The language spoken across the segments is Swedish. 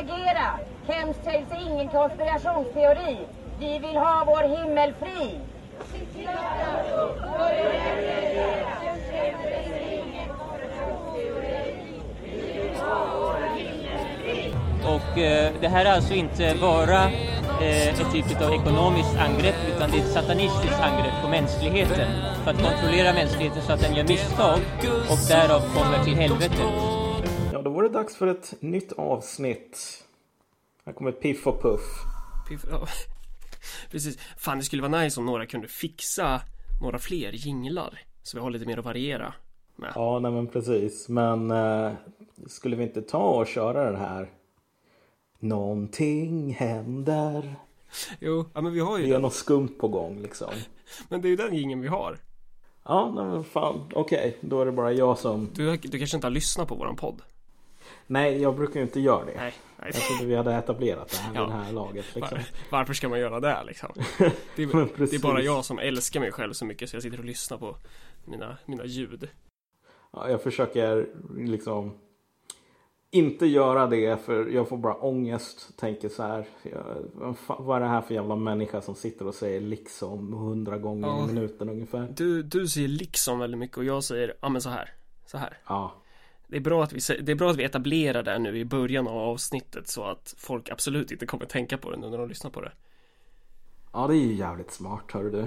reagera. Chemtrails är ingen konspirationsteori. Vi vill ha vår himmel fri. Och det här är alltså inte bara ett typ av ekonomiskt angrepp, utan det är ett satanistiskt angrepp på mänskligheten för att kontrollera mänskligheten så att den gör misstag och därav kommer till helvetet. Ja, då var det dags för ett nytt avsnitt. Här kommer Piff och Puff. Ja. Precis. Fan, det skulle vara nice om några kunde fixa några fler jinglar så vi har lite mer att variera med. Ja, nej men precis. Men skulle vi inte ta och köra den här? Någonting händer. Jo, ja, men vi har ju det är något skumt på gång liksom. Men det är ju den jingeln vi har. Ja, nej men fan. Okej, då är det bara jag som... Du kanske inte har lyssnat på våran podd? Nej, jag brukar ju inte göra det. Nej. Jag trodde vi hade etablerat det här, det här laget liksom. Varför ska man göra det liksom? Det är bara jag som älskar mig själv så mycket så jag sitter och lyssnar på mina ljud. Ja, jag försöker liksom inte göra det, för jag får bara ångest. Tänker så här, vad är det här för jävla människa som sitter och säger liksom 100 gånger i minuten ungefär. Du säger liksom väldigt mycket och jag säger ja men så här. Ja. Det är bra att vi etablerar det nu i början av avsnittet så att folk absolut inte kommer tänka på det nu när de lyssnar på det. Ja, det är ju jävligt smart, hör du.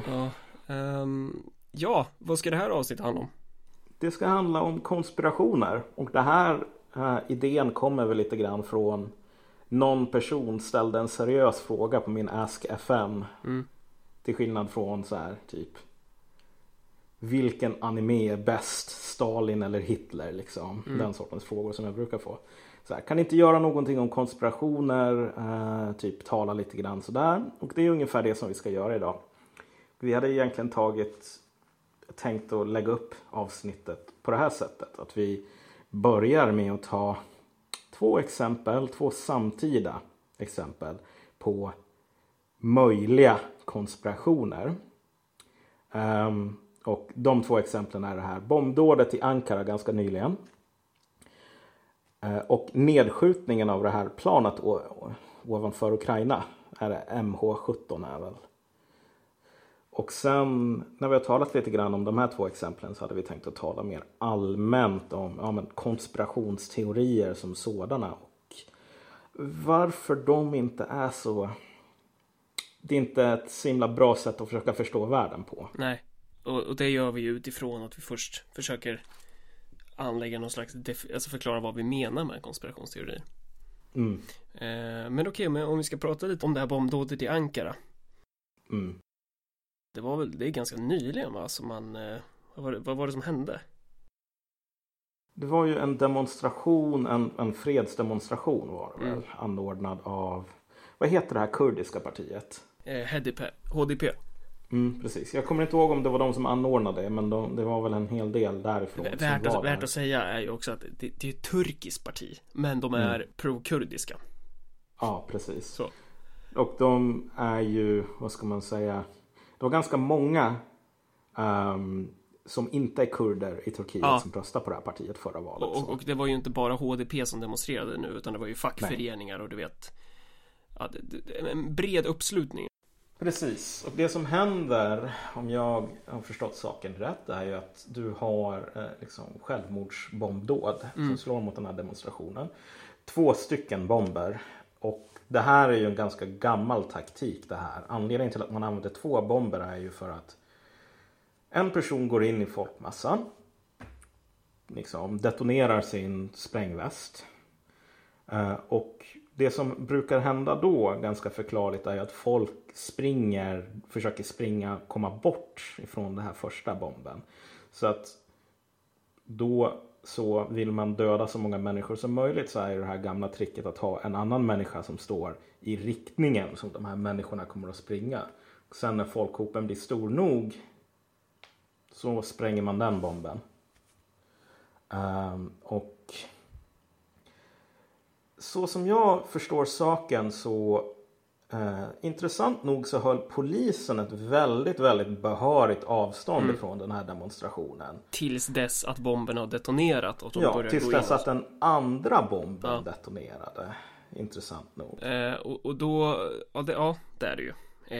Ja, vad ska det här avsnittet handla om? Det ska handla om konspirationer. Och det här idén kommer väl lite grann från någon person ställde en seriös fråga på min Ask FM. Till skillnad från så här typ vilken anime är bäst, Stalin eller Hitler liksom. Den sortens frågor som jag brukar få. Så här, kan inte göra någonting om konspirationer, typ tala lite grann sådär. Och det är ungefär det som vi ska göra idag. Vi hade egentligen tänkt att lägga upp avsnittet på det här sättet. Att vi börjar med att ta två samtida exempel på möjliga konspirationer. Och de 2 exemplen är det här bombdådet i Ankara ganska nyligen. Och nedskjutningen av det här planet ovanför Ukraina är det MH17 är väl. Och sen när vi har talat lite grann om de här 2 exemplen så hade vi tänkt att tala mer allmänt om konspirationsteorier som sådana. Och varför de inte är så... Det är inte ett så himla bra sätt att försöka förstå världen på. Nej, och det gör vi ju utifrån att vi först försöker anlägga någon slags... alltså förklara vad vi menar med konspirationsteorier. Men okej, men om vi ska prata lite om det här bombdådet i Ankara. Det är ganska nyligen va? Så vad var det som hände? Det var ju en demonstration, en fredsdemonstration var det väl, anordnad av, vad heter det här kurdiska partiet? HDP. Precis, jag kommer inte ihåg om det var de som anordnade det, men det var väl en hel del därifrån. Värt att säga är ju också att det är ett turkiskt parti, men de är pro-kurdiska. Ja, precis. Så. Och de är ju, vad ska man säga... Det var ganska många som inte är kurder i Turkiet som röstade på det här partiet förra valet. Och det var ju inte bara HDP som demonstrerade nu, utan det var ju fackföreningar och du vet en bred uppslutning. Precis, och det som händer, om jag har förstått saken rätt, är ju att du har liksom självmordsbombdåd som slår mot den här demonstrationen. 2 stycken bomber. Och det här är ju en ganska gammal taktik det här. Anledningen till att man använder 2 bomber är ju för att en person går in i folkmassan, liksom detonerar sin sprängväst. Och det som brukar hända då, ganska förklarligt, är ju att folk försöker komma bort ifrån den här första bomben. Så att då så vill man döda så många människor som möjligt, så är det här gamla tricket att ha en annan människa som står i riktningen som de här människorna kommer att springa. Sen när folkhopen blir stor nog så spränger man den bomben. Och så som jag förstår saken så intressant nog så höll polisen ett väldigt, väldigt behörigt avstånd ifrån den här demonstrationen. Tills dess att bomben har detonerat och de började tills gå dess in att den andra bomben detonerade. intressant nog. Och då, det är det ju.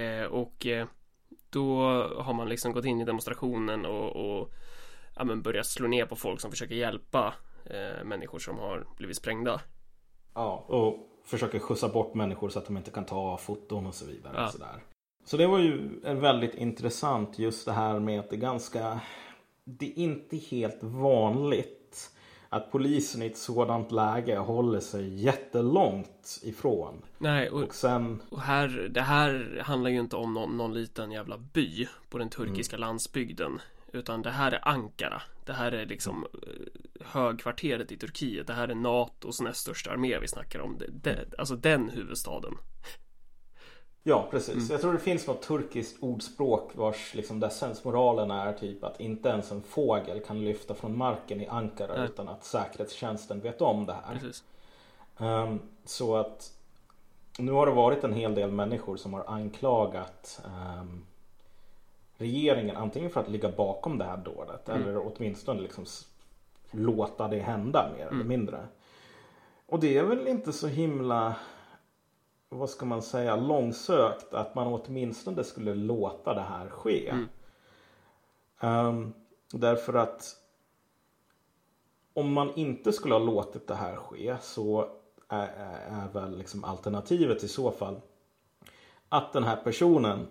Då har man liksom gått in i demonstrationen och börjat slå ner på folk som försöker hjälpa människor som har blivit sprängda. Ja, och försöker skjutsa bort människor så att de inte kan ta foton och så vidare. Ja. Och sådär. Så det var ju väldigt intressant just det här med att det är inte helt vanligt att polisen i ett sådant läge håller sig jättelångt ifrån. Nej, och det här handlar ju inte om någon liten jävla by på den turkiska landsbygden, utan det här är Ankara. Det här är liksom högkvarteret i Turkiet. Det här är NATOs näst största armé vi snackar om. Alltså den huvudstaden. Ja, precis. Jag tror det finns något turkiskt ordspråk vars liksom där sensmoralen är typ att inte ens en fågel kan lyfta från marken i Ankara utan att säkerhetstjänsten vet om det här. Precis. Så att nu har det varit en hel del människor som har anklagat regeringen antingen för att ligga bakom det här dådet eller åtminstone liksom låta det hända mer eller mindre. Och det är väl inte så himla, vad ska man säga, långsökt att man åtminstone skulle låta det här ske. Därför att om man inte skulle ha låtit det här ske så är väl liksom alternativet i så fall att den här personen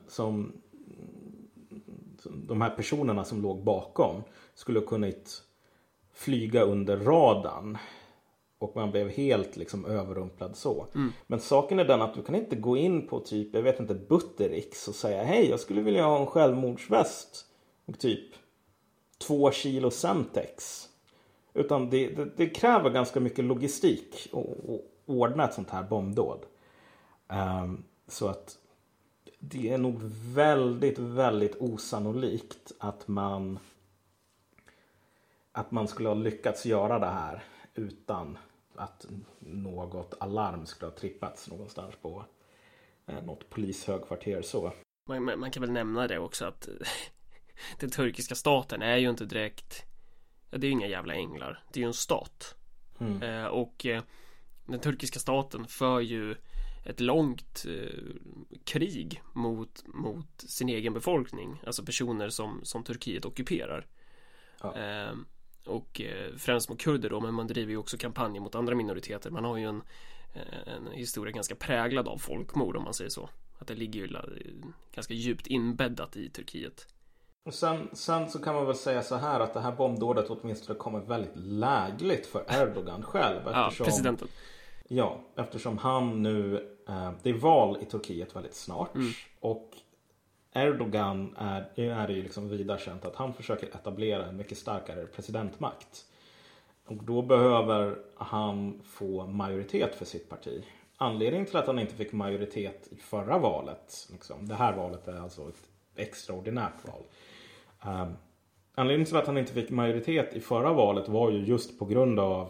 de här personerna som låg bakom skulle kunnat flyga under radarn och man blev helt liksom överrumplad så. Men saken är den att du kan inte gå in på typ, jag vet inte, Buttericks och säga hej, jag skulle vilja ha en självmordsväst och typ 2 kilo Semtex. Utan det kräver ganska mycket logistik och ordna ett sånt här bombdåd. Så att det är nog väldigt, väldigt osannolikt att man skulle ha lyckats göra det här utan att något alarm skulle ha trippats någonstans på något polishögkvarter så. Man kan väl nämna det också att den turkiska staten är ju inte direkt, det är ju inga jävla änglar, det är ju en stat. Och den turkiska staten för ju ett långt krig mot sin egen befolkning, alltså personer som Turkiet ockuperar. Och främst mot kurder då, men man driver ju också kampanjer mot andra minoriteter. Man har ju en historia ganska präglad av folkmord, om man säger så. Att det ligger ju ganska djupt inbäddat i Turkiet. Och sen så kan man väl säga så här att det här bombdådet åtminstone kommer väldigt lägligt för Erdogan själv. Eftersom, presidenten. Ja, eftersom han nu, det är val i Turkiet väldigt snart. Och Erdogan är det ju liksom vidare känt att han försöker etablera en mycket starkare presidentmakt. Och då behöver han få majoritet för sitt parti. Anledningen till att han inte fick majoritet i förra valet, liksom, det här valet är alltså ett extraordinärt val. Anledningen till att han inte fick majoritet i förra valet var ju just på grund av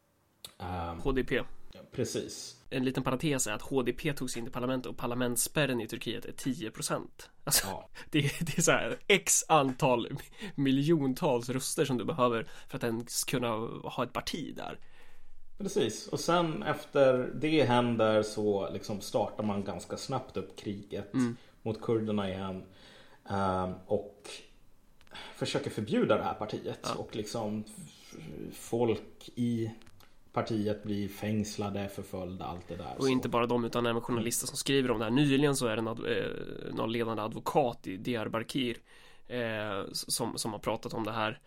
HDP. Precis. En liten parentes är att HDP togs in i parlamentet och parlamentsspärren i Turkiet är 10%. Alltså, det är så här x antal miljontals röster som du behöver för att ens kunna ha ett parti där. Precis, och sen efter det händer så liksom startar man ganska snabbt upp kriget mot kurderna igen och försöker förbjuda det här partiet och liksom folk i partiet blir fängslade, förföljda, allt det där. Och inte bara de utan även journalister som skriver om det här. Nyligen så är det någon ledande advokat i Diyarbakir som har pratat om det här.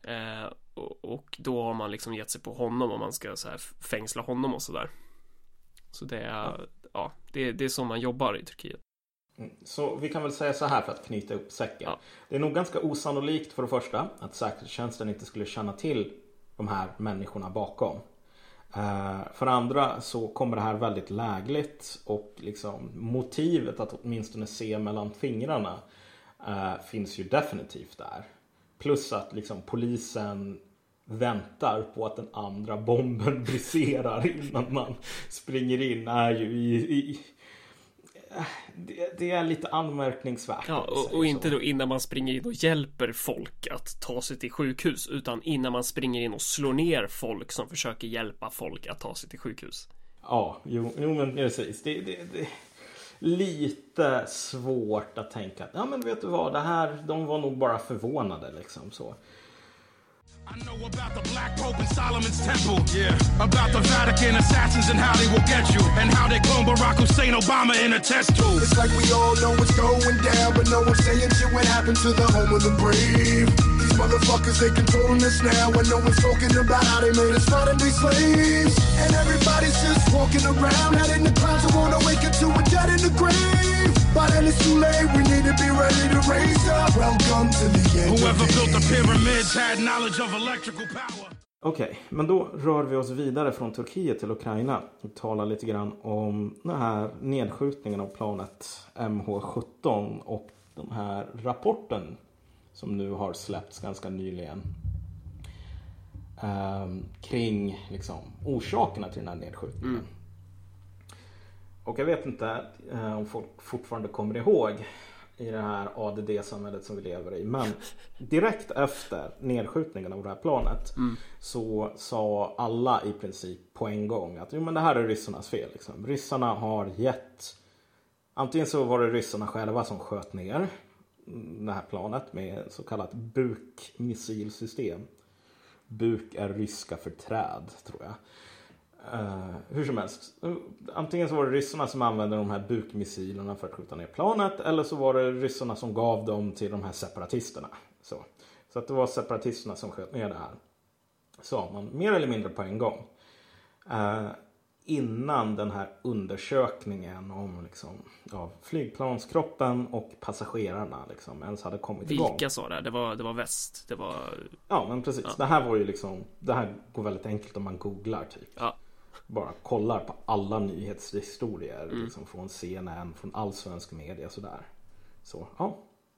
Och då har man liksom gett sig på honom och man ska så här fängsla honom och sådär. Så det är det är så man jobbar i Turkiet. Så vi kan väl säga så här för att knyta upp säcken. Det är nog ganska osannolikt för det första att säkerhetstjänsten inte skulle känna till de här människorna bakom. För andra så kommer det här väldigt lägligt och liksom motivet att åtminstone se mellan fingrarna finns ju definitivt där. Plus att liksom polisen väntar på att den andra bomben briserar innan man springer in är ju det är lite anmärkningsvärt. Ja, och inte då innan man springer in och hjälper folk att ta sig till sjukhus, utan innan man springer in och slår ner folk som försöker hjälpa folk att ta sig till sjukhus. Ja, jo men precis. Det är lite svårt att tänka att, ja men vet du vad, det här, de var nog bara förvånade liksom så. I know about the Black Pope and Solomon's Temple. Yeah. About the Vatican assassins and how they will get you. And how they clone Barack Hussein Obama in a test tube. It's like we all know what's going down, but no one's saying shit what happened to the home of the brave. These motherfuckers, they controlling us now, and no one's talking about how they made us fight and be slaves. And everybody's just walking around, out in the clouds, who wanna wake up to a dead in the grave. But then it's too late, we need to be ready to raise up. Welcome to the end. Whoever built the pyramids had knowledge of electrical power. Okej, men då rör vi oss vidare från Turkiet till Ukraina och talar lite grann om den här nedskjutningen av planet MH17 och den här rapporten som nu har släppts ganska nyligen kring liksom orsakerna till den här nedskjutningen. Och jag vet inte om folk fortfarande kommer ihåg i det här ADD-samhället som vi lever i. Men direkt efter nedskjutningen av det här planet så sa alla i princip på en gång att jo, men det här är ryssarnas fel. Liksom. Ryssarna har gett... Antingen så var det ryssarna själva som sköt ner det här planet med så kallat bukmissilsystem. Buk är ryska för träd, tror jag. Hur som helst, antingen så var det ryssarna som använde de här bukmissilerna för att skjuta ner planet, eller så var det ryssarna som gav dem till de här separatisterna. Så att det var separatisterna som sköt ner det här. Så man mer eller mindre på en gång. Innan den här undersökningen om liksom, flygplanskroppen och passagerarna liksom, ens hade kommit igång. Vilka sa det? Det var väst. Det var... Ja, men precis. Ja. Det här var ju liksom, det här går väldigt enkelt om man googlar typ. Ja. Bara kollar på alla nyhetshistorier liksom, från CNN, från all svensk media sådär. Så, ja.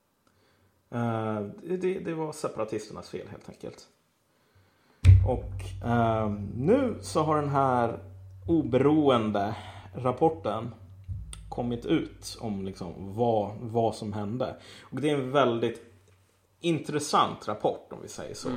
Det var separatisternas fel helt enkelt. Och nu så har den här oberoende rapporten kommit ut om liksom vad som hände. Och det är en väldigt intressant rapport om vi säger så.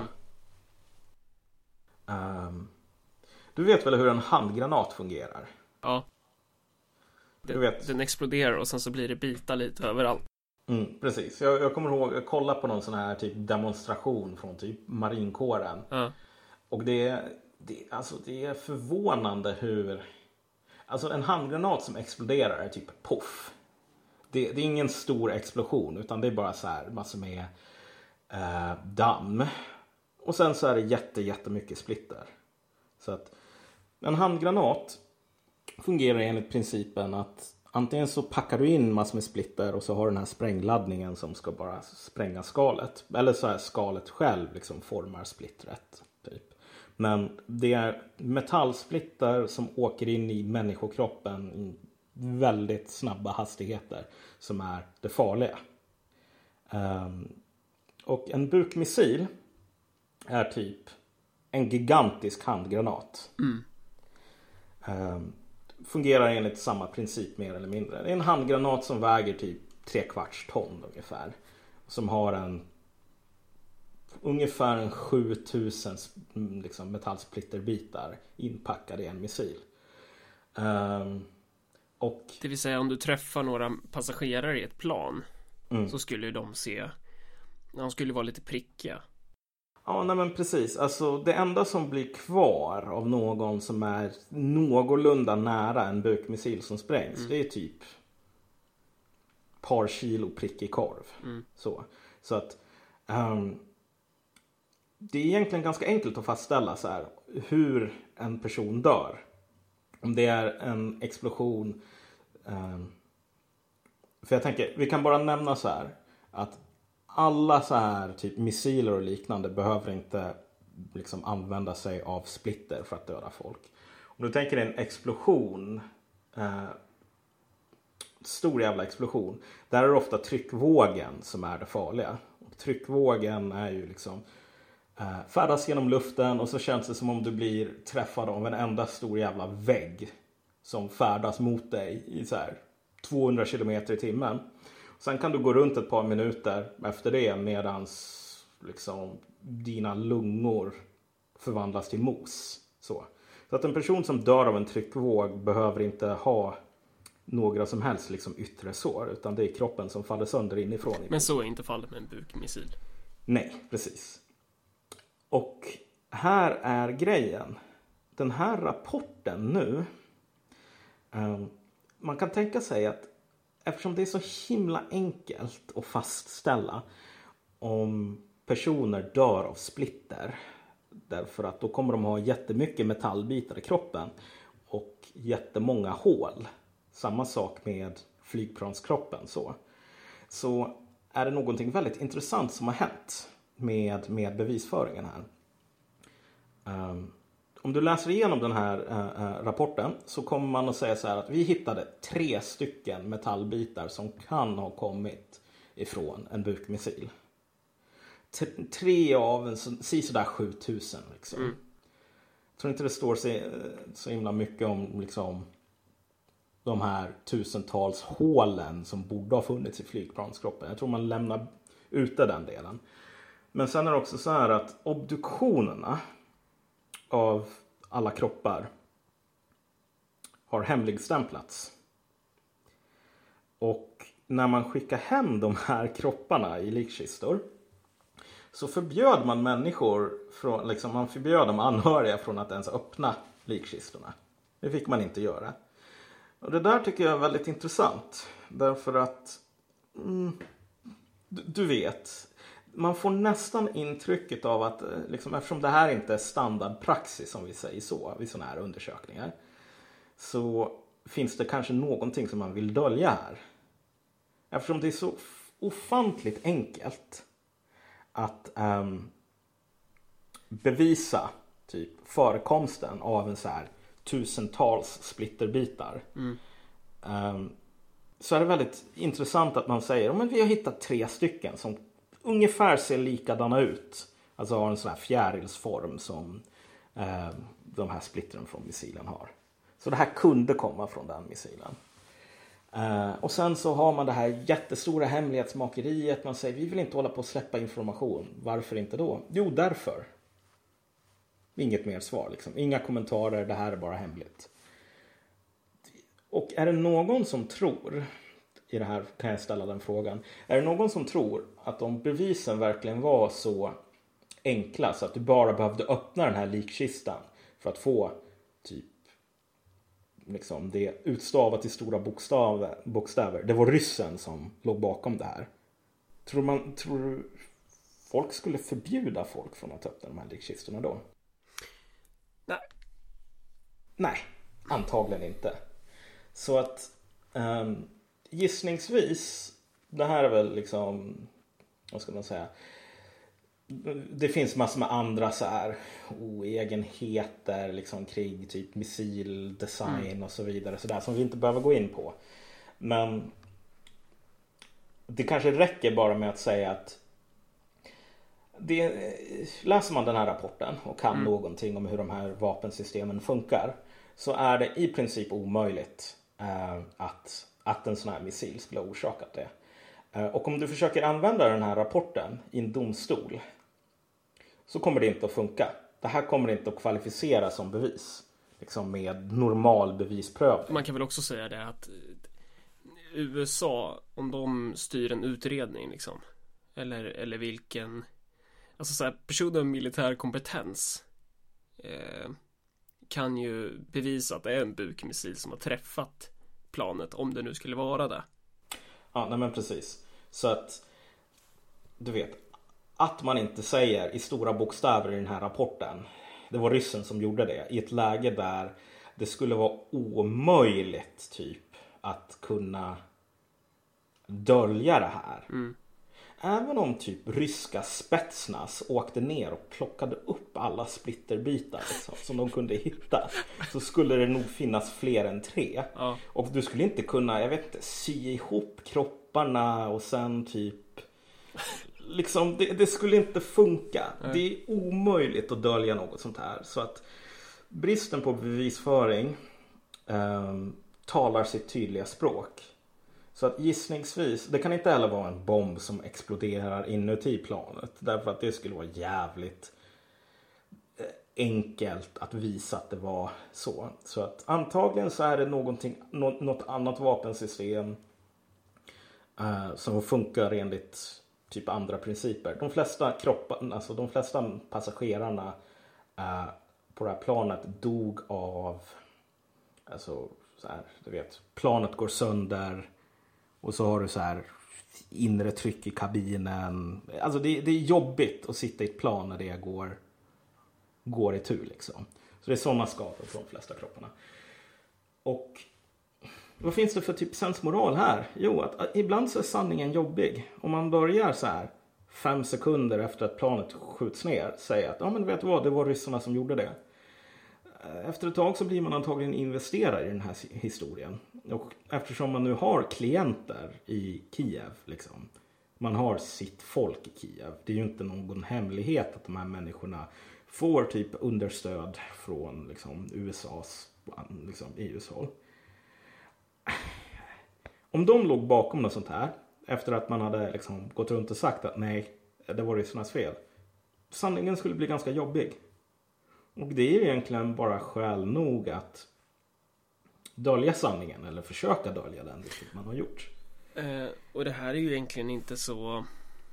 Du vet väl hur en handgranat fungerar? Ja. Den exploderar och sen så blir det bitar lite överallt. Precis. Jag kommer ihåg, jag kollade på någon sån här typ demonstration från typ marinkåren. Och det är förvånande hur... Alltså en handgranat som exploderar är typ poff. Det är ingen stor explosion, utan det är bara så här massor med damm. Och sen så är det jättemycket splitter. Så att en handgranat fungerar enligt principen att antingen så packar du in massor med splitter och så har den här sprängladdningen som ska bara spränga skalet. Eller så är skalet själv liksom formar splittret typ. Men det är metallsplitter som åker in i människokroppen i väldigt snabba hastigheter som är det farliga. Och en bukmissil är typ en gigantisk handgranat. Fungerar enligt samma princip mer eller mindre. Det är en handgranat som väger typ 3/4 ton ungefär. Som har ungefär 7000 liksom, metallsplitterbitar inpackade i en missil. Och det vill säga om du träffar några passagerare i ett plan så skulle de skulle vara lite prickiga. Ja, nej men precis. Alltså det enda som blir kvar av någon som är någorlunda nära en bukmissil som sprängs, det är typ par kilo prickig korv. Så att det är egentligen ganska enkelt att fastställa så här, hur en person dör. Om det är en explosion. För jag tänker, vi kan bara nämna så här att alla så här typ missiler och liknande behöver inte liksom använda sig av splitter för att döda folk. Om du tänker en explosion, stor jävla explosion, där är det ofta tryckvågen som är det farliga. Och tryckvågen är ju liksom färdas genom luften och så känns det som om du blir träffad av en enda stor jävla vägg som färdas mot dig i så här 200 kilometer i timmen. Sen kan du gå runt ett par minuter efter det medans liksom dina lungor förvandlas till mos. Så Så att en person som dör av en tryckvåg behöver inte ha några som helst liksom yttre sår, utan det är kroppen som faller sönder inifrån. Men så är inte fallet med en bukmissil. Nej, precis. Och här är grejen. Den här rapporten nu, man kan tänka sig att eftersom det är så himla enkelt att fastställa om personer dör av splitter, därför att då kommer de ha jättemycket metallbitar i kroppen och jättemånga hål. Samma sak med flygplanskroppen. Så är det någonting väldigt intressant som har hänt med bevisföringen här. Om du läser igenom den här rapporten så kommer man att säga så här att vi hittade 3 stycken metallbitar som kan ha kommit ifrån en bukmissil. 3 av en sådär 7000 liksom. Jag tror inte det står så himla mycket om liksom de här tusentals hålen som borde ha funnits i flygplanskroppen. Jag tror man lämnar ute den delen. Men sen är det också så här att obduktionerna av alla kroppar har hemligstämplats. Och när man skickar hem de här kropparna i likkistor så förbjöd man människor från, liksom man förbjöd de anhöriga från att ens öppna likkistorna. Det fick man inte göra. Och det där tycker jag är väldigt intressant. Därför att du vet, man får nästan intrycket av att liksom, eftersom det här inte är standardpraxis som vi säger så vid sådana här undersökningar, så finns det kanske någonting som man vill dölja här. Eftersom det är så ofantligt enkelt att bevisa typ förekomsten av en så här tusentals splitterbitar. Så är det väldigt intressant att man säger men vi har hittat 3 stycken som ungefär ser likadana ut. Alltså har en sån här fjärilsform som de här splittren från missilen har. Så det här kunde komma från den missilen. Och sen så har man det här jättestora hemlighetsmakeriet. Man säger vi vill inte hålla på att släppa information. Varför inte då? Jo, därför. Inget mer svar liksom. Inga kommentarer, det här är bara hemligt. Och är det någon som tror, i det här kan jag ställa den frågan. Är det någon som tror att om bevisen verkligen var så enkla så att du bara behövde öppna den här likkistan för att få typ liksom det utstavat i stora bokstäver. Det var ryssen som låg bakom det här. Tror du folk skulle förbjuda folk från att öppna de här likkistorna då? Nej, antagligen inte. Så att gissningsvis, det här är väl liksom, vad ska man säga, det finns massor med andra så här oegenheter liksom kring typ missildesign och så vidare så där, som vi inte behöver gå in på. Men det kanske räcker bara med att säga att läser man den här rapporten och kan någonting om hur de här vapensystemen funkar, så är det i princip omöjligt att en sån här missil skulle ha orsakat det. Och om du försöker använda den här rapporten i en domstol så kommer det inte att funka. Det här kommer inte att kvalificera som bevis. Liksom med normal bevisprövning. Man kan väl också säga det att USA, om de styr en utredning liksom, eller vilken, alltså så här, personer med militär kompetens kan ju bevisa att det är en bukmissil som har träffat planet, om det nu skulle vara det. Ja, nej men precis. Så att du vet, att man inte säger i stora bokstäver i den här rapporten, det var ryssen som gjorde det i ett läge där det skulle vara omöjligt typ att kunna dölja det här. Även om typ ryska Spetsnaz åkte ner och plockade upp alla splitterbitar liksom, som de kunde hitta, så skulle det nog finnas fler än 3. Ja. Och du skulle inte kunna, jag vet inte, sy ihop kropparna och sen typ liksom, det skulle inte funka. Det är omöjligt att dölja något sånt här. Så att bristen på bevisföring talar sitt tydliga språk. Så att gissningsvis, det kan inte heller vara en bomb som exploderar inuti planet. Därför att det skulle vara jävligt enkelt att visa att det var så. Så att antagligen så är det något annat vapensystem som funkar enligt typ andra principer. De flesta passagerarna på det här planet dog av, alltså så här, du vet, planet går sönder och så har du så här inre tryck i kabinen. Alltså det är jobbigt att sitta i ett plan när det går i tur liksom. Så det är sådana skador på de flesta kropparna. Och vad finns det för typ sensmoral här? Jo, att ibland så är sanningen jobbig. Om man börjar så här 5 sekunder efter att planet skjuts ner, säger att ja, men vet du vad, det var ryssarna som gjorde det. Efter ett tag så blir man antagligen investerad i den här historien. Och eftersom man nu har klienter i Kiev liksom, man har sitt folk i Kiev. Det är ju inte någon hemlighet att de här människorna får typ understöd från liksom USAs liksom EUs håll. Om de låg bakom något sånt här, efter att man hade liksom gått runt och sagt att nej, det var ryssarnas fel, sanningen skulle bli ganska jobbig. Och det är ju egentligen bara skäl nog att dölja sanningen, eller försöka dölja den, vilket man har gjort. Och det här är ju egentligen inte så,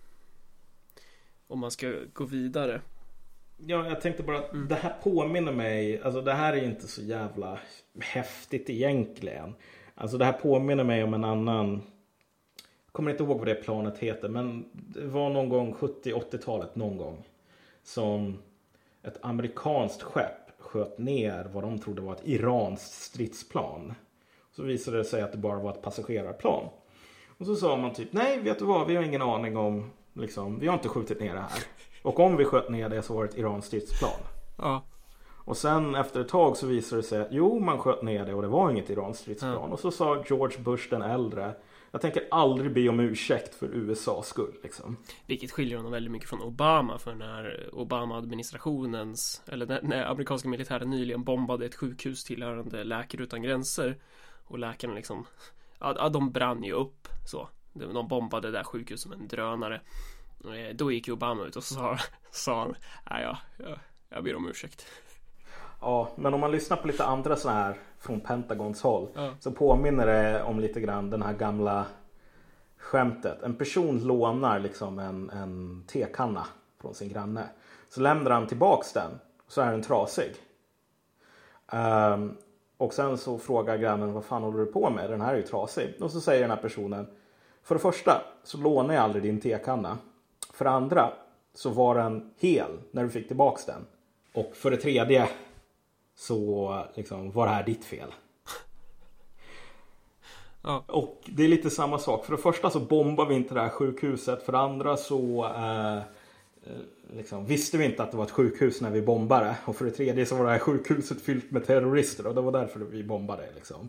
om man ska gå vidare. Ja, jag tänkte bara att det här påminner mig, alltså det här är inte så jävla häftigt egentligen. Alltså det här påminner mig om en annan, jag kommer inte ihåg vad det planet heter, men det var någon gång 70-80-talet någon gång som ett amerikanskt skepp sköt ner vad de trodde var ett iranskt stridsplan. Så visade det sig att det bara var ett passagerarplan. Och så sa man typ, nej vet du vad, vi har ingen aning om, liksom, vi har inte skjutit ner det här. Och om vi sköt ner det så var det ett iranskt stridsplan. Ja. Och sen efter ett tag så visade det sig att jo, man sköt ner det och det var inget iranskt stridsplan. Ja. Och så sa George Bush den äldre, jag tänker aldrig be om ursäkt för USAs skull liksom. Vilket skiljer honom väldigt mycket från Obama, för när Obama-administrationens, eller när amerikanska militären nyligen bombade ett sjukhus tillhörande Läkare utan gränser, och läkarna liksom, ja, de brann ju upp så. De bombade det där sjukhuset som en drönare. Då gick ju Obama ut och så sa han, jag ber om ursäkt. Ja, men om man lyssnar på lite andra såna här från Pentagons håll, så påminner det om lite grann den här gamla skämtet. En person lånar liksom en tekanna från sin granne. Så lämnar han tillbaks den, så är den trasig. Och sen så frågar grannen, vad fan håller du på med? Den här är ju trasig. Och så säger den här personen, för det första så lånar jag aldrig din tekanna. För det andra så var den hel när du fick tillbaks den. Och för det tredje så liksom, var det här ditt fel. Ja. Och det är lite samma sak. För det första så bombar vi inte det här sjukhuset. För det andra så liksom, visste vi inte att det var ett sjukhus när vi bombade. Och för det tredje så var det här sjukhuset fyllt med terrorister. Och det var därför vi bombade liksom.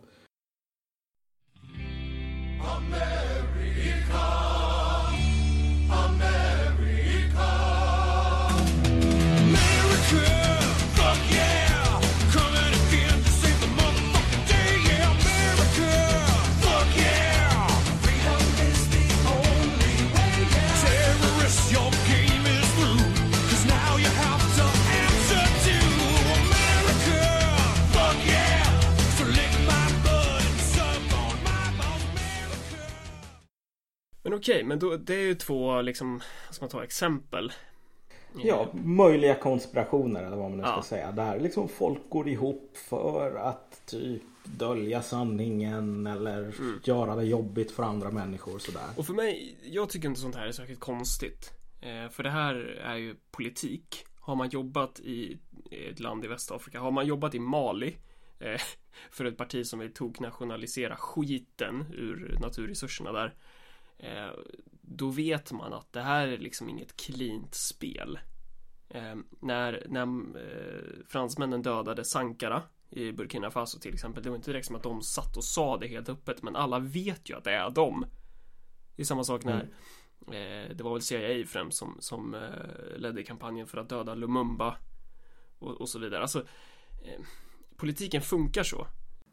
Men okej, men då, det är ju två liksom, ska man ta exempel? Ja, möjliga konspirationer eller vad man nu ska säga. Där liksom folk går ihop för att typ dölja sanningen eller göra det jobbigt för andra människor och sådär. Och för mig, jag tycker inte sånt här är särskilt konstigt. För det här är ju politik. Har man jobbat i ett land i Västafrika, har man jobbat i Mali för ett parti som vill nationalisera skiten ur naturresurserna där, då vet man att det här är liksom inget cleant spel. När fransmännen dödade Sankara i Burkina Faso till exempel, det var inte direkt som att de satt och sa det helt öppet, men alla vet ju att det är dem. Det är samma sak när det var väl CIA främst som ledde kampanjen för att döda Lumumba och så vidare. Alltså politiken funkar så.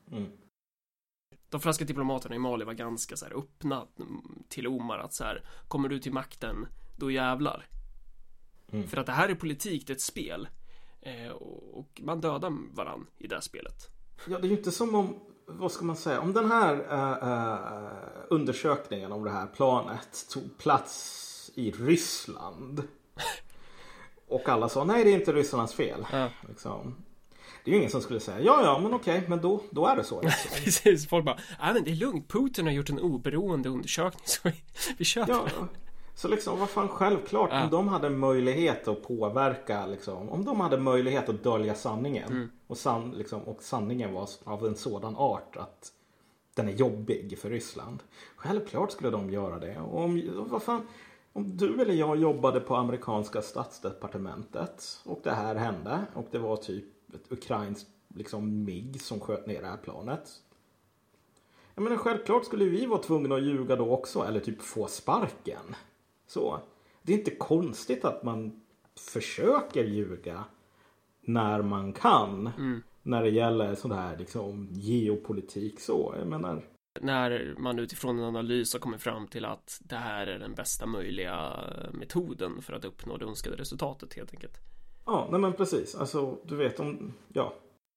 De franska diplomaterna i Mali var ganska så här öppna till Omar att så här, kommer du till makten, då jävlar. För att det här är politik, det är ett spel. Och man dödar varann i det här spelet. Ja, det är ju inte som om, vad ska man säga, om den här undersökningen om det här planet tog plats i Ryssland och alla sa nej, det är inte Rysslands fel. Liksom. Det är ju ingen som skulle säga ja men okej, men då är det så. Precis, folk bara, men det är lugnt, Putin har gjort en oberoende undersökning så vi köper det. Så liksom, vad fan, självklart om de hade möjlighet att påverka liksom, om de hade möjlighet att dölja sanningen och sanningen var av en sådan art att den är jobbig för Ryssland. Självklart skulle de göra det. Och om du eller jag jobbade på amerikanska statsdepartementet och det här hände och det var typ ett ukrainskt liksom MiG som sköt ner det här planet. Jag menar, självklart skulle vi vara tvungna att ljuga då också eller typ få sparken. Så det är inte konstigt att man försöker ljuga när man kan när det gäller sån här liksom geopolitik så. Jag menar, när man utifrån en analys har kommit fram till att det här är den bästa möjliga metoden för att uppnå det önskade resultatet helt enkelt. Ja, nej men precis. Alltså, du vet om... Ja,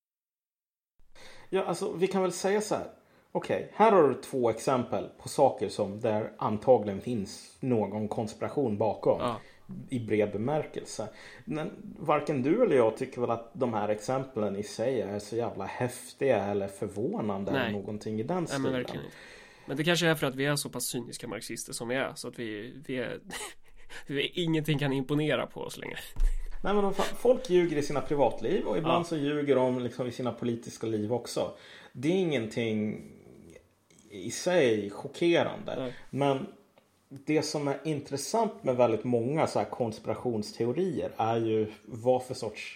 alltså vi kan väl säga så här. Okej, här har du 2 exempel på saker som där antagligen finns någon konspiration bakom. I bred bemärkelse. Men varken du eller jag tycker väl att de här exemplen i sig är så jävla häftiga eller förvånande eller någonting i den stilen. Men verkligen inte. Men det kanske är för att vi är så pass cyniska marxister som vi är. Så att vi är ingenting kan imponera på oss längre. Nej, men folk ljuger i sina privatliv och ibland så ljuger de liksom i sina politiska liv också. Det är ingenting i sig chockerande. Men det som är intressant med väldigt många så här konspirationsteorier är ju vad för sorts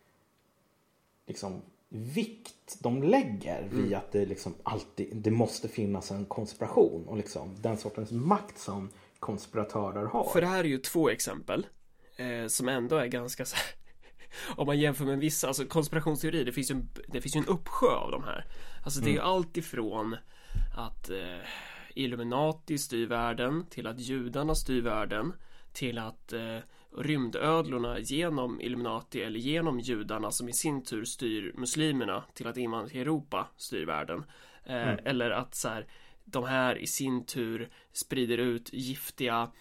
liksom vikt de lägger vid att det liksom alltid det måste finnas en konspiration och liksom den sortens makt som konspiratörer har. För det här är ju 2 exempel som ändå är ganska så här, om man jämför med vissa, alltså konspirationsteorier, det finns ju en uppsjö av de här. Alltså det är ju allt ifrån att Illuminati styr världen till att judarna styr världen till att rymdödlorna genom Illuminati eller genom judarna som i sin tur styr muslimerna till att invandra till Europa styr världen. Eller att så här, de här i sin tur sprider ut giftiga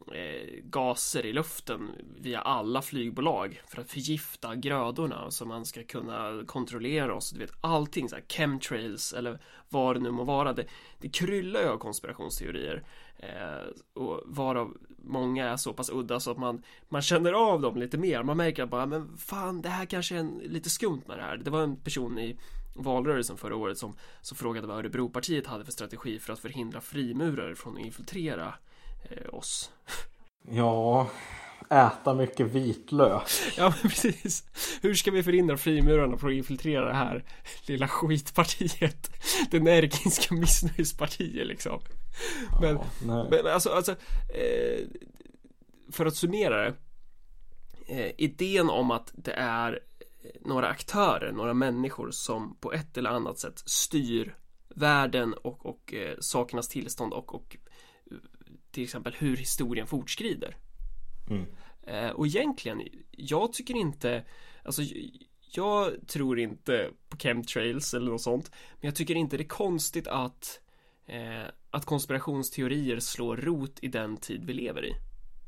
gaser i luften via alla flygbolag för att förgifta grödorna så man ska kunna kontrollera oss. Du vet, allting så här, chemtrails eller vad det nu må vara. Det kryllar ju av konspirationsteorier och varav många är så pass udda så att man känner av dem lite mer. Man märker bara, men fan, det här kanske är lite skumt med det här. Det var en person i valrörelsen förra året som frågade vad Örebropartiet hade för strategi för att förhindra frimurare från att infiltrera oss. Ja, äta mycket vitlök. Ja, men precis. Hur ska vi förhindra frimurarna från att infiltrera det här lilla skitpartiet? Det närkinska missnöjespartiet liksom. Men alltså för att summera det, idén om att det är några aktörer, några människor som på ett eller annat sätt styr världen och sakernas tillstånd och till exempel hur historien fortskrider. Och egentligen, jag tycker inte, alltså jag tror inte på chemtrails eller något sånt, men jag tycker inte det är konstigt att konspirationsteorier slår rot i den tid vi lever i.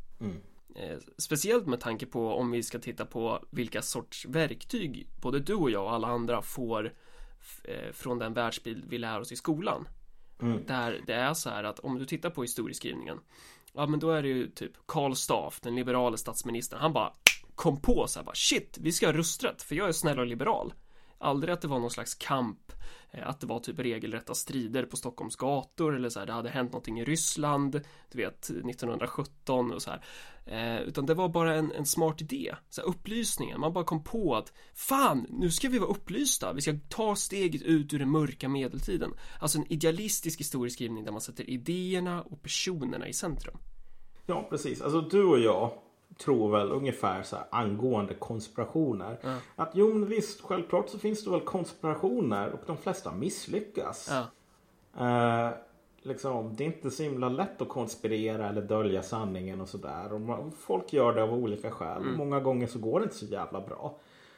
Speciellt med tanke på om vi ska titta på vilka sorts verktyg både du och jag och alla andra får från den världsbild vi lär oss i skolan. Där det är så här att om du tittar på historieskrivningen, ja men då är det ju typ Karl Staaff, den liberala statsministern, han bara kom på så här, bara shit, vi ska ha rösträtt för jag är snäll och liberal. Aldrig att det var någon slags kamp, att det var typ regelrätta strider på Stockholms gator eller så här, det hade hänt någonting i Ryssland, du vet 1917 och så här. Utan det var bara en smart idé, så här, upplysningen, man bara kom på att fan, nu ska vi vara upplysta, vi ska ta steget ut ur den mörka medeltiden. Alltså en idealistisk historieskrivning där man sätter idéerna och personerna i centrum. Ja, precis. Alltså du och jag tror väl ungefär så här angående konspirationer. Att jo, men visst, självklart så finns det väl konspirationer och de flesta misslyckas. Liksom, det är inte så himla lätt att konspirera eller dölja sanningen och sådär. Och folk gör det av olika skäl. Många gånger så går det inte så jävla bra.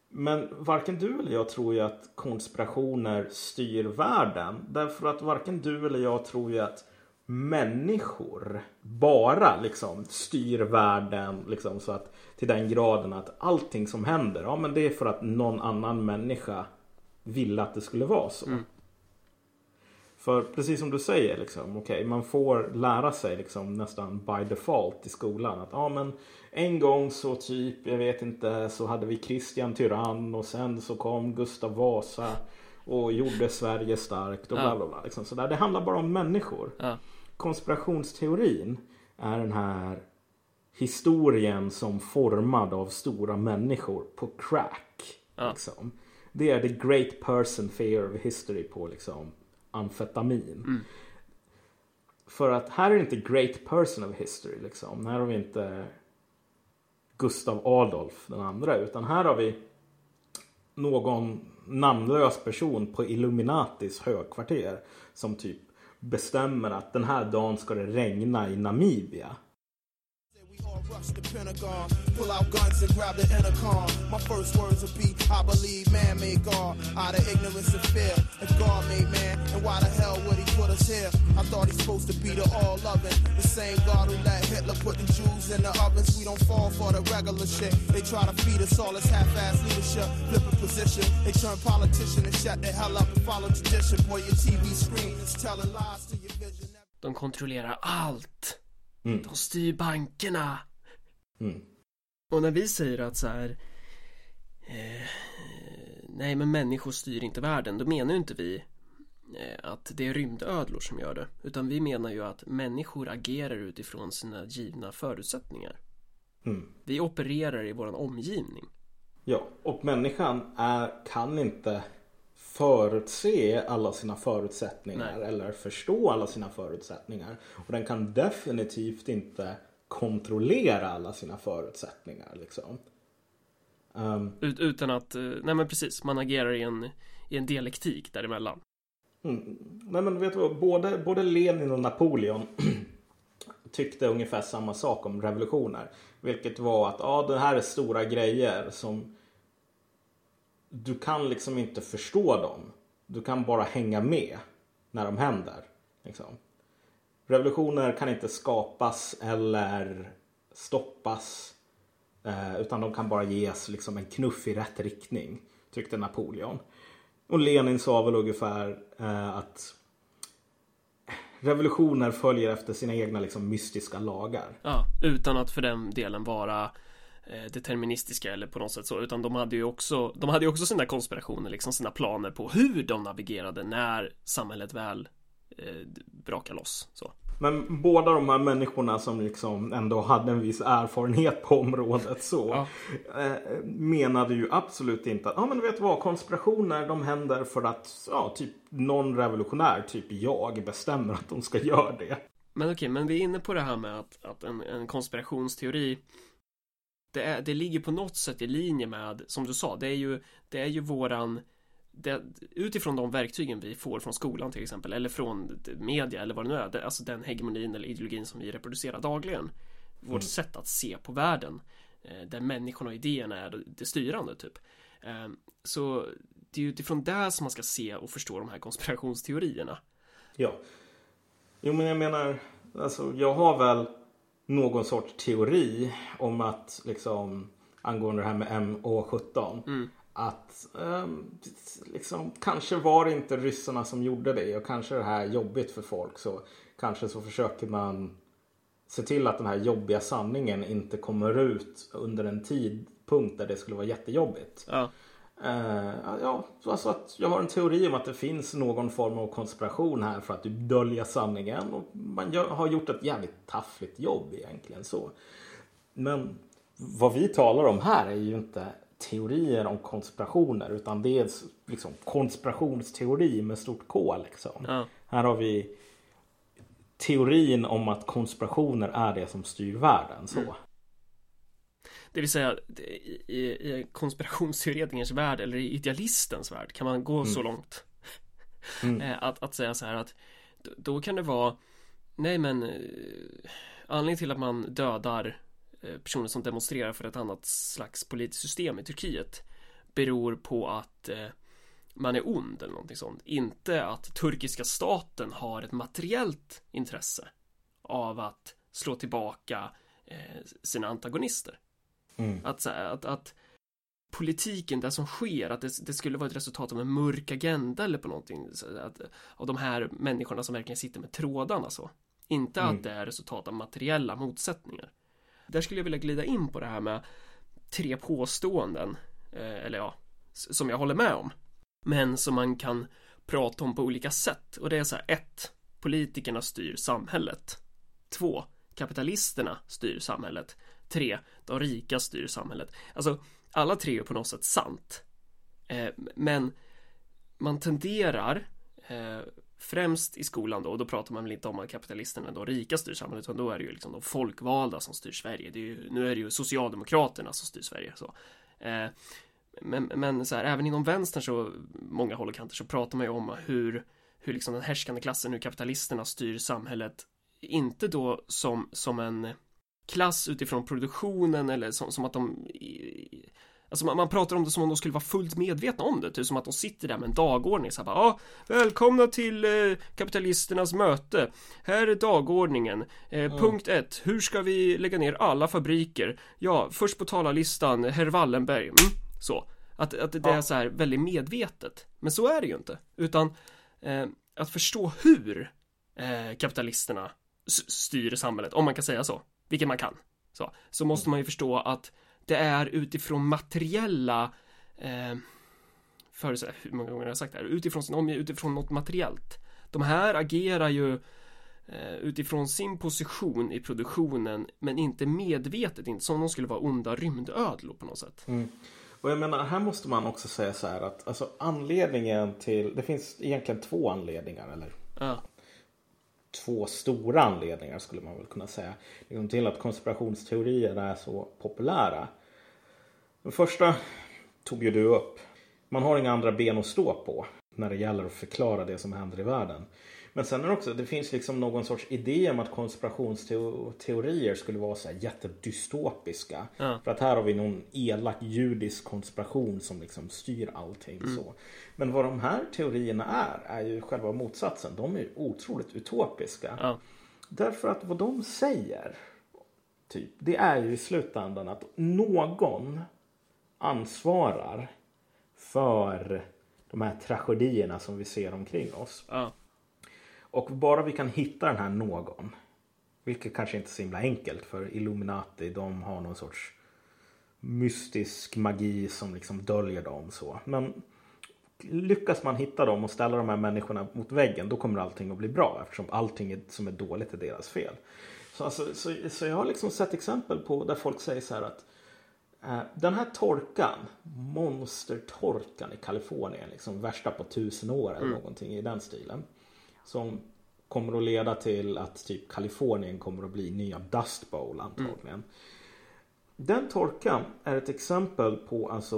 Men varken du eller jag tror ju att konspirationer styr världen. Därför att varken du eller jag tror ju att människor bara liksom styr världen liksom, så att till den graden att allting som händer, ja men det är för att någon annan människa ville att det skulle vara så. För precis som du säger liksom, okej, man får lära sig liksom nästan by default i skolan att ja men en gång så typ, jag vet inte, så hade vi Kristian Tyrann och sen så kom Gustav Vasa och gjorde Sverige starkt och bla bla bla liksom. Så där, det handlar bara om människor. Konspirationsteorin är den här historien som formad av stora människor på crack liksom. Det är the great person theory of history på liksom amfetamin. För att här är det inte great person of history liksom. Här har vi inte Gustav Adolf den andra, utan här har vi någon namnlös person på Illuminatis högkvarter som typ bestämmer att den här dagen ska det regna i Namibia. Rush the Pentagon, pull out guns and grab the intercom. My first words will be, I believe man made God out of ignorance and fear. If God made man, then why the hell would he put us here? I thought he's supposed to be the all-loving, the same God who let Hitler put the Jews in the ovens. We don't fall for the regular shit. They try to feed us all this half-ass leadership, flip a position. They turn politician and shut the hell up and follow tradition. Boy, your TV screen is telling lies to your vision. De kontrollerar allt. De styr bankerna. Och när vi säger att så här, nej men människor styr inte världen, då menar ju inte vi att det är rymdödlor som gör det, utan vi menar ju att människor agerar utifrån sina givna förutsättningar. Vi opererar i våran omgivning. Ja, och människan kan inte förutse alla sina förutsättningar eller förstå alla sina förutsättningar, och den kan definitivt inte kontrollera alla sina förutsättningar liksom. Utan att, nej men precis, man agerar i en dialektik däremellan. Nej men vet du vad, både Lenin och Napoleon tyckte ungefär samma sak om revolutioner, vilket var att det här är stora grejer som du kan liksom inte förstå dem, du kan bara hänga med när de händer liksom. Revolutioner kan inte skapas eller stoppas, utan de kan bara ges liksom en knuff i rätt riktning, tyckte Napoleon. Och Lenin sa väl ungefär att revolutioner följer efter sina egna liksom mystiska lagar. Ja, utan att för den delen vara deterministiska eller på något sätt så, utan de hade ju också sina konspirationer, liksom sina planer på hur de navigerade när samhället väl brakar loss så. Men båda de här människorna som liksom ändå hade en viss erfarenhet på området så menade ju absolut inte att men vet du vad, konspirationer de händer för att typ någon revolutionär, typ jag, bestämmer att de ska göra det. Men okej, men vi är inne på det här med att en konspirationsteori det ligger på något sätt i linje med, som du sa, det är ju våran utifrån de verktygen vi får från skolan till exempel, eller från media eller vad det nu är, alltså den hegemonin eller ideologin som vi reproducerar dagligen, vårt sätt att se på världen, där människorna och idéerna är det styrande typ. Så det är utifrån det som man ska se och förstå de här konspirationsteorierna. Ja. Jo, men jag menar, alltså jag har väl någon sorts teori om att liksom angående det här med MH17 att liksom, kanske var det inte ryssarna som gjorde det, och kanske det här är jobbigt för folk, så kanske så försöker man se till att den här jobbiga sanningen inte kommer ut under en tidpunkt där det skulle vara jättejobbigt. Alltså att jag har en teori om att det finns någon form av konspiration här för att dölja sanningen, och man har gjort ett jävligt taffligt jobb egentligen så. Men vad vi talar om här är ju inte teorier om konspirationer, utan det är liksom konspirationsteori med stort K liksom. Här har vi teorin om att konspirationer är det som styr världen så. Det vill säga i konspirationsteoretikers värld, eller i idealistens värld, kan man gå så långt att säga så här att då kan det vara anledningen till att man dödar personer som demonstrerar för ett annat slags politiskt system i Turkiet beror på att man är ond eller någonting sånt. Inte att turkiska staten har ett materiellt intresse av att slå tillbaka sina antagonister. Att politiken, det som sker, att det skulle vara ett resultat av en mörk agenda eller på någonting, av de här människorna som verkligen sitter med trådarna så. Inte att det är resultat av materiella motsättningar. Där skulle jag vilja glida in på det här med 3 påståenden, eller ja, som jag håller med om, men som man kan prata om på olika sätt. Och det är så här: 1. Politikerna styr samhället. 2. Kapitalisterna styr samhället. 3. De rika styr samhället. Alltså, alla 3 är på något sätt sant. Men man tenderar, främst i skolan då, och då pratar man väl inte om att kapitalisterna då rika styr samhället, utan då är det ju liksom de folkvalda som styr Sverige. Nu är det ju Socialdemokraterna som styr Sverige så. Men så här, även inom vänstern så, många håll och kanter, så pratar man ju om hur liksom den härskande klassen, hur kapitalisterna styr samhället, inte då som en klass utifrån produktionen, eller som att de, alltså man pratar om det som om de skulle vara fullt medvetna om det, typ som att de sitter där med en dagordning så här bara, välkomna till kapitalisternas möte, här är dagordningen, punkt 1, hur ska vi lägga ner alla fabriker, ja, först på talarlistan herr Wallenberg, så att det är så här väldigt medvetet, men så är det ju inte, utan att förstå hur kapitalisterna styr samhället, om man kan säga så, vilket man kan, så måste man ju förstå att det är utifrån materiella hur många gånger har jag sagt det här, utifrån sin omgivning, utifrån något materiellt. De här agerar ju utifrån sin position i produktionen, men inte medvetet, inte som de skulle vara onda rymdödlor på något sätt. Och jag menar, här måste man också säga så här att alltså, anledningen till, det finns egentligen 2 anledningar, eller 2 stora anledningar skulle man väl kunna säga, liksom till att konspirationsteorier är så populära. Den första tog ju du upp. Man har inga andra ben att stå på när det gäller att förklara det som händer i världen. Men sen är det också, det finns liksom någon sorts idé om att konspirationsteorier skulle vara så här jättedystopiska. För att här har vi någon elak judisk konspiration som liksom styr allting så. Men vad de här teorierna är ju själva motsatsen. De är otroligt utopiska. Därför att vad de säger, typ, det är ju i slutändan att någon ansvarar för de här tragedierna som vi ser omkring oss. Och bara vi kan hitta den här någon, vilket kanske inte är så himla enkelt, för Illuminati, de har någon sorts mystisk magi som liksom döljer dem så. Men lyckas man hitta dem och ställa de här människorna mot väggen, då kommer allting att bli bra, eftersom allting som är dåligt är deras fel. Så jag har liksom sett exempel på där folk säger så här att den här torkan, monstertorkan i Kalifornien, liksom värsta på 1000 år eller någonting i den stilen, som kommer att leda till att typ Kalifornien kommer att bli nya Dust Bowl antagligen. Den torkan är ett exempel på alltså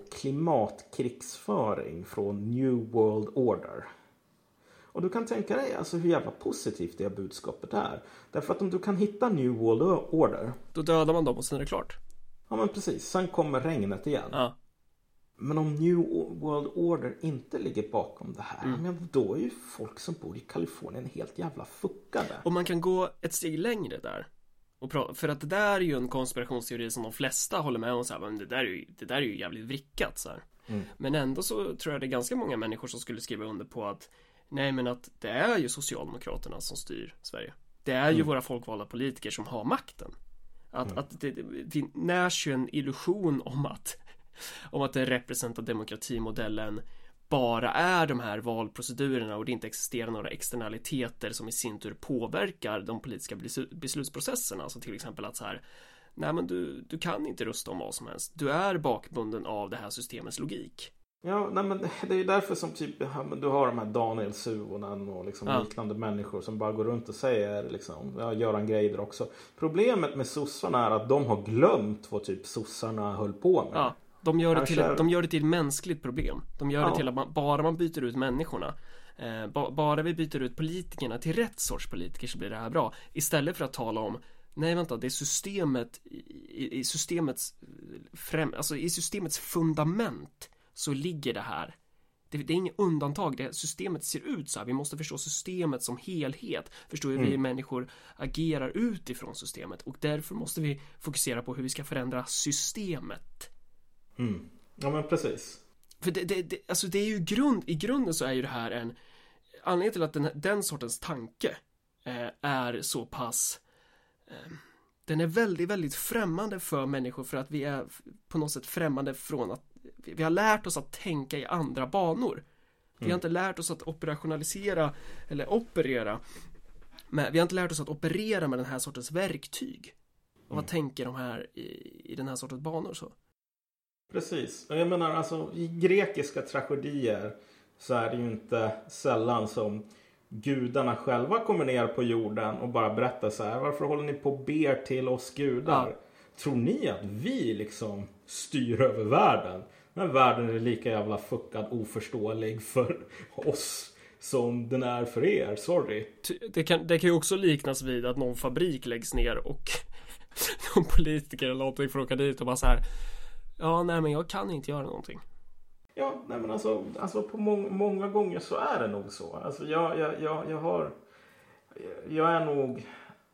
klimatkrigsföring från New World Order. Och du kan tänka dig alltså hur jävla positivt det budskapet är. Därför att om du kan hitta New World Order, då dödar man dem och sen är det klart. Ja, men precis. Sen kommer regnet igen. Men om New World Order inte ligger bakom det här, men då är ju folk som bor i Kalifornien helt jävla fuckade. Och man kan gå ett steg längre där. För att det där är ju en konspirationsteori som de flesta håller med om så här, men det där är ju jävligt vrickat så här. Men ändå så tror jag det är ganska många människor som skulle skriva under på att nej, men att det är ju Socialdemokraterna som styr Sverige. Det är ju våra folkvalda politiker som har makten. Att det närs ju en illusion om att den representativa demokratimodellen bara är de här valprocedurerna och det inte existerar några externaliteter som i sin tur påverkar de politiska beslutsprocesserna. Alltså till exempel att så här, nej men du kan inte rösta om vad som helst. Du är bakbunden av det här systemets logik. Ja, nej, men det är ju därför som typ du har de här Daniel Suhonen och liksom liknande människor som bara går runt och säger liksom, Göran Greider också. Problemet med sossarna är att de har glömt vad typ sossarna höll på med. Ja, de gör det till ett mänskligt problem. De gör det till att man byter ut människorna. Bara vi byter ut politikerna till rätt sorts politiker så blir det här bra. Istället för att tala om nej vänta, det är systemet i systemets alltså i systemets fundament så ligger det här. Det är inget undantag, det systemet ser ut så här. Vi måste förstå systemet som helhet, förstå hur vi människor agerar utifrån systemet, och därför måste vi fokusera på hur vi ska förändra systemet. Ja, men precis. För alltså det är ju i grunden så är ju det här en anledning till att den sortens tanke är så pass den är väldigt, väldigt främmande för människor, för att vi är på något sätt främmande från att vi har lärt oss att tänka i andra banor. Vi har inte lärt oss att operationalisera eller operera, men vi har inte lärt oss att operera med den här sortens verktyg. Och vad tänker de här i den här sortens banor så? Precis. Jag menar, alltså i grekiska tragedier så är det ju inte sällan som gudarna själva kommer ner på jorden och bara berättar så här: varför håller ni på och ber till oss gudar? Ja. Tror ni att vi liksom styr över världen? Men världen är lika jävla fuckad oförståelig för oss som den är för er, sorry. Det kan ju också liknas vid att någon fabrik läggs ner och någon politiker eller någonting får åka dit och bara så här: ja, nej, men jag kan inte göra någonting. Ja, nej, men alltså på många gånger så är det nog så. Alltså jag är nog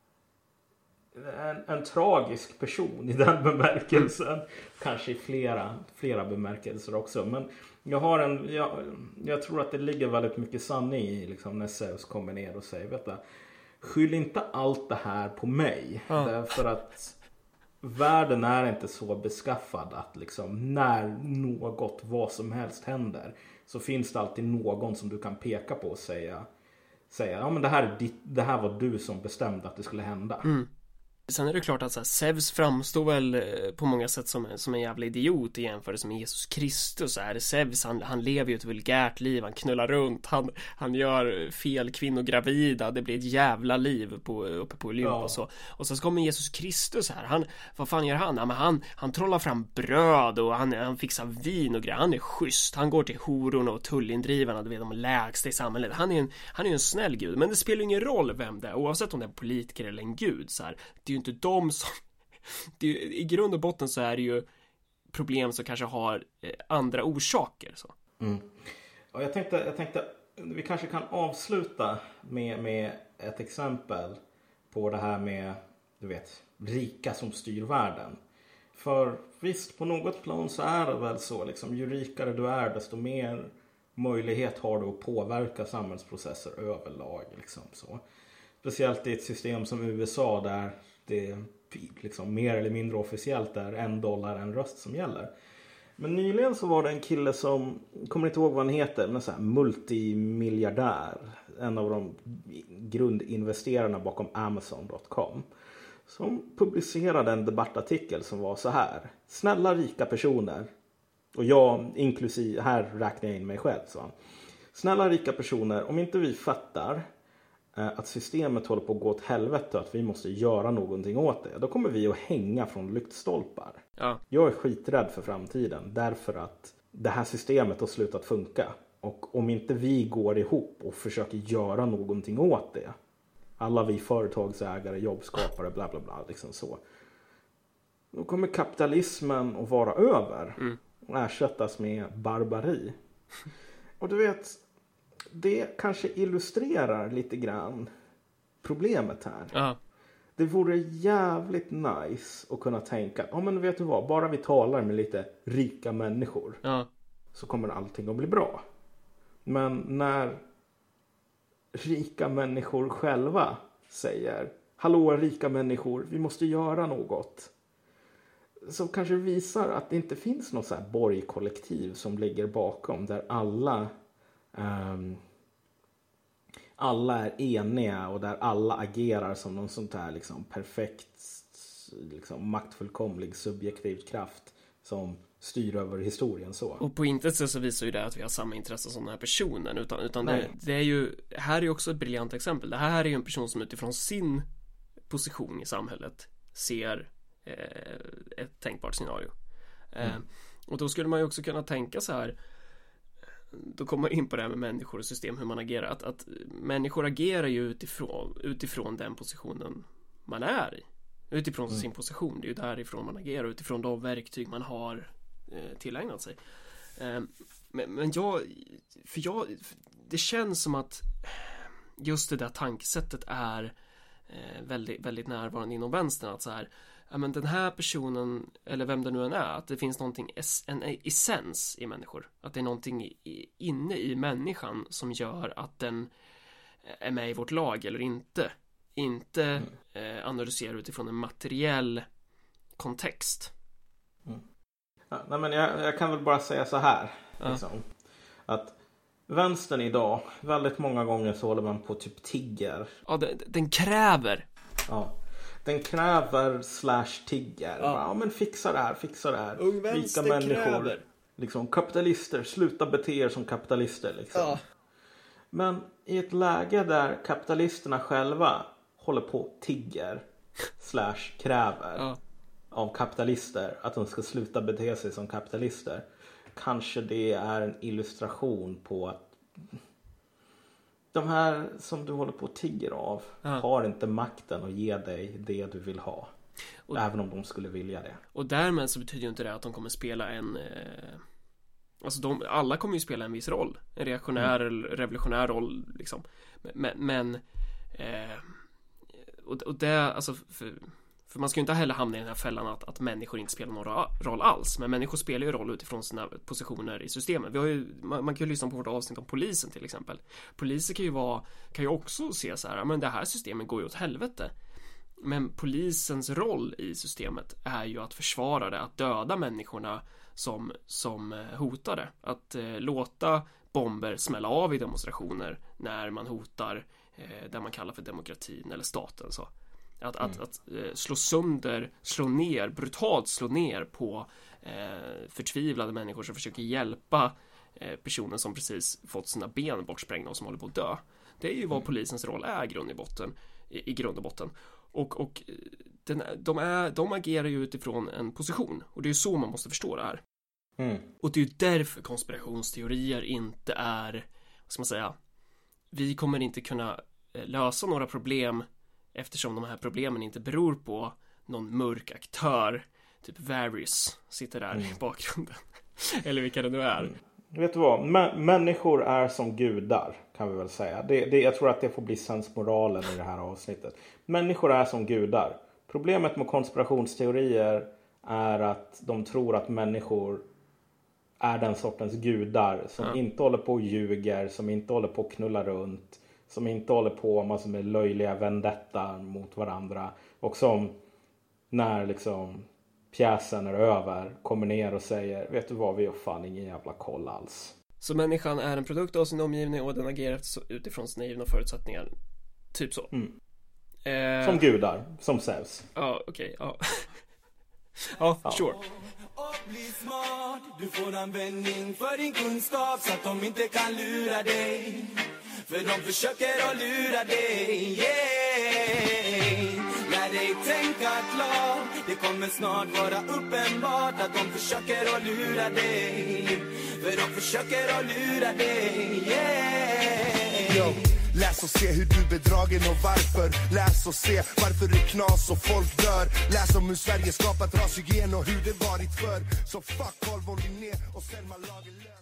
en tragisk person i den bemärkelsen. Kanske i flera bemärkelser också. Men jag tror att det ligger väldigt mycket sanning i liksom, när Zeus kommer ner och säger: vet du, skyll inte allt det här på mig. Därför att världen är inte så beskaffad att liksom, när vad som helst händer så finns det alltid någon som du kan peka på och säga ja, men det här var du som bestämde att det skulle hända. Sen är det klart att så här, Zeus framstår väl på många sätt som en jävla idiot i jämförelse med Jesus Kristus. Så här, Zeus, han lever ju ett vulgärt liv, han knullar runt, han gör fel kvinnor gravida, det blir ett jävla liv uppe på Olympus. Och så kommer Jesus Kristus här, vad fan gör han? Ja, men han trollar fram bröd och han fixar vin och grejer, han är schysst, han går till hororna och tullindrivarna, du vet, de lägsta i samhället. Han är ju en snäll gud, men det spelar ingen roll vem det är, oavsett om det är en politiker eller en gud. Så här, det är ju inte de som i grund och botten så är det ju problem som kanske har andra orsaker så. Och jag tänkte vi kanske kan avsluta med ett exempel på det här med, du vet, rika som styr världen. För visst, på något plan så är det väl så liksom, ju rikare du är desto mer möjlighet har du att påverka samhällsprocesser överlag liksom så. Speciellt i ett system som USA där det liksom mer eller mindre officiellt är $1 en röst som gäller. Men nyligen så var det en kille som, kommer inte ihåg vad han heter, men så här multimiljardär, en av de grundinvesterarna bakom Amazon.com, som publicerade en debattartikel som var så här: snälla rika personer, och jag inklusive, här räknar jag in mig själv, så snälla rika personer, om inte vi fattar att systemet håller på att gå åt helvete och att vi måste göra någonting åt det, då kommer vi att hänga från lyktstolpar. Ja. Jag är skiträdd för framtiden därför att det här systemet har slutat funka. Och om inte vi går ihop och försöker göra någonting åt det, alla vi företagsägare, jobbskapare, bla bla bla, liksom så, då kommer kapitalismen att vara över och ersättas med barbari. Och du vet, det kanske illustrerar lite grann problemet här. Ja. Det vore jävligt nice att kunna tänka, ja men vet du vad, bara vi talar med lite rika människor så kommer allting att bli bra. Men när rika människor själva säger, hallå rika människor, vi måste göra något, så kanske visar att det inte finns något så här borgkollektiv som ligger bakom, där alla är eniga och där alla agerar som någon sånt här liksom perfekt liksom maktfullkomlig subjektiv kraft som styr över historien så. Och på intet sätt så visar ju det att vi har samma intresse som den här personen, utan det är ju, här är ju också ett briljant exempel. Det här är ju en person som utifrån sin position i samhället ser ett tänkbart scenario. Och då skulle man ju också kunna tänka så här, då kommer man in på det här med människor och system, hur man agerar, att människor agerar ju utifrån den positionen man är i. Utifrån sin position. Det är ju därifrån man agerar, utifrån de verktyg man har tillägnat sig. Men det känns som att just det där tankesättet är väldigt, väldigt närvarande inom vänstern, att så här, ja, men den här personen, eller vem det nu än är, att det finns någonting, en essens i människor, att det är någonting inne i människan som gör att den är med i vårt lag eller inte analyserar utifrån en materiell kontext. Ja, nej, men jag kan väl bara säga så här liksom, att vänstern idag, väldigt många gånger så håller man på typ tigger. Ja, den kräver. Ja, den kräver /tigger. Ja, men fixa det här. Ung vänster rika människor kräver. Liksom, kapitalister, sluta bete er som kapitalister liksom. Ja. Men i ett läge där kapitalisterna själva håller på tigger /kräver av kapitalister att de ska sluta bete sig som kapitalister, kanske det är en illustration på att de här som du håller på och tigger av har inte makten att ge dig det du vill ha. Även om de skulle vilja det. Och därmed så betyder ju inte det att de kommer spela en alltså alla kommer ju spela en viss roll. En reaktionär eller revolutionär roll liksom. Men och det, alltså för man ska ju inte heller hamna i den här fällan att människor inte spelar någon roll alls. Men människor spelar ju roll utifrån sina positioner i systemet. Vi har ju, man kan ju lyssna på vårt avsnitt om polisen till exempel. Poliser kan ju också se så här, men det här systemet går ju åt helvete. Men polisens roll i systemet är ju att försvara det, att döda människorna som hotar det. Att låta bomber smälla av i demonstrationer när man hotar det man kallar för demokratin eller staten så. Att slå sönder, brutalt slå ner på förtvivlade människor som försöker hjälpa personen som precis fått sina ben bortsprängda och som håller på att dö. Det är ju vad polisens roll är i grund och botten. Och de agerar ju utifrån en position. Och det är ju så man måste förstå det här. Och det är ju därför konspirationsteorier inte är, vad ska man säga, vi kommer inte kunna lösa några problem eftersom de här problemen inte beror på någon mörk aktör, typ Varys sitter där i bakgrunden. Eller vilka det nu är. Vet du vad? Människor är som gudar, kan vi väl säga. Jag tror att det får bli sensmoralen i det här avsnittet. Människor är som gudar. Problemet med konspirationsteorier är att de tror att människor är den sortens gudar som inte håller på och ljuger, som inte håller på och knullar runt, som inte håller på med löjliga vendetta mot varandra, och som när liksom pjäsen är över kommer ner och säger, vet du vad, vi har fan ingen jävla koll alls. Så människan är en produkt av sin omgivning och den agerar utifrån sina givna förutsättningar. Typ så. Som gudar, som Zeus. Ja, okej, ja, sure. Bli smart, du får användning för din kunskap så att de inte kan lura dig. För de försöker att lura dig, yeah. Lär dig tänka klart, det kommer snart vara uppenbart att de försöker att lura dig. För de försöker att lura dig, yeah. Yo. Läs och se hur du bedragen och varför. Läs och se varför det knas och folk dör. Läs om hur Sverige skapat rashygien och hur det varit för. Så fuck Volvo, Linné och Selma Lagerlöf.